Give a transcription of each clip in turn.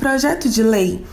projeto de lei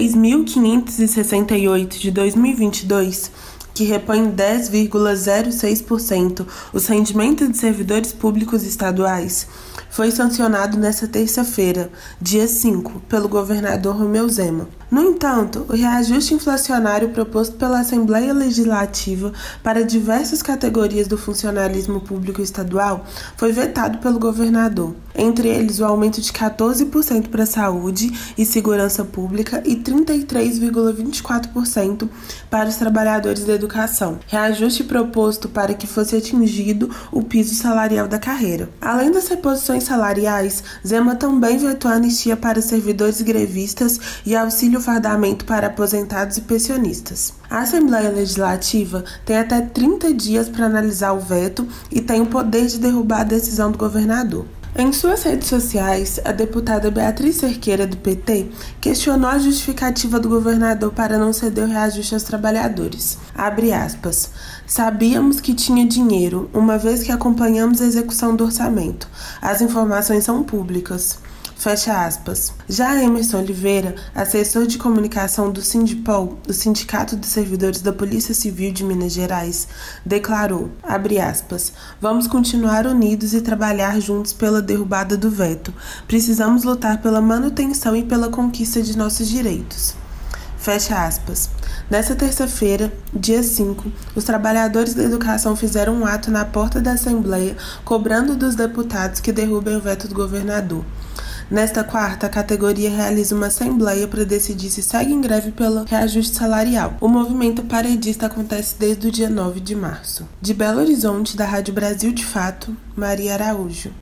3.568 de 2022, que repõe 10,06% os rendimentos de servidores públicos estaduais, foi sancionado nesta terça-feira, dia 5, pelo governador Romeu Zema. No entanto, o reajuste inflacionário proposto pela Assembleia Legislativa para diversas categorias do funcionalismo público estadual foi vetado pelo governador, entre eles o aumento de 14% para a saúde e segurança pública e 33,24% para os trabalhadores da educação, reajuste proposto para que fosse atingido o piso salarial da carreira. Além das reposições salariais, Zema também vetou a anistia para servidores grevistas e auxílio fardamento para aposentados e pensionistas. A Assembleia Legislativa tem até 30 dias para analisar o veto e tem o poder de derrubar a decisão do governador. Em suas redes sociais, a deputada Beatriz Cerqueira, do PT, questionou a justificativa do governador para não ceder o reajuste aos trabalhadores. Abre aspas. Sabíamos que tinha dinheiro, uma vez que acompanhamos a execução do orçamento. As informações são públicas. Fecha aspas. Já Emerson Oliveira, assessor de comunicação do Sindipol, do Sindicato dos Servidores da Polícia Civil de Minas Gerais, declarou, abre aspas, vamos continuar unidos e trabalhar juntos pela derrubada do veto. Precisamos lutar pela manutenção e pela conquista de nossos direitos. Fecha aspas. Nessa terça-feira, dia 5, os trabalhadores da educação fizeram um ato na porta da Assembleia, cobrando dos deputados que derrubem o veto do governador. Nesta quarta, a categoria realiza uma assembleia para decidir se segue em greve pelo reajuste salarial. O movimento paredista acontece desde o dia 9 de março. De Belo Horizonte, da Rádio Brasil de Fato, Maria Araújo.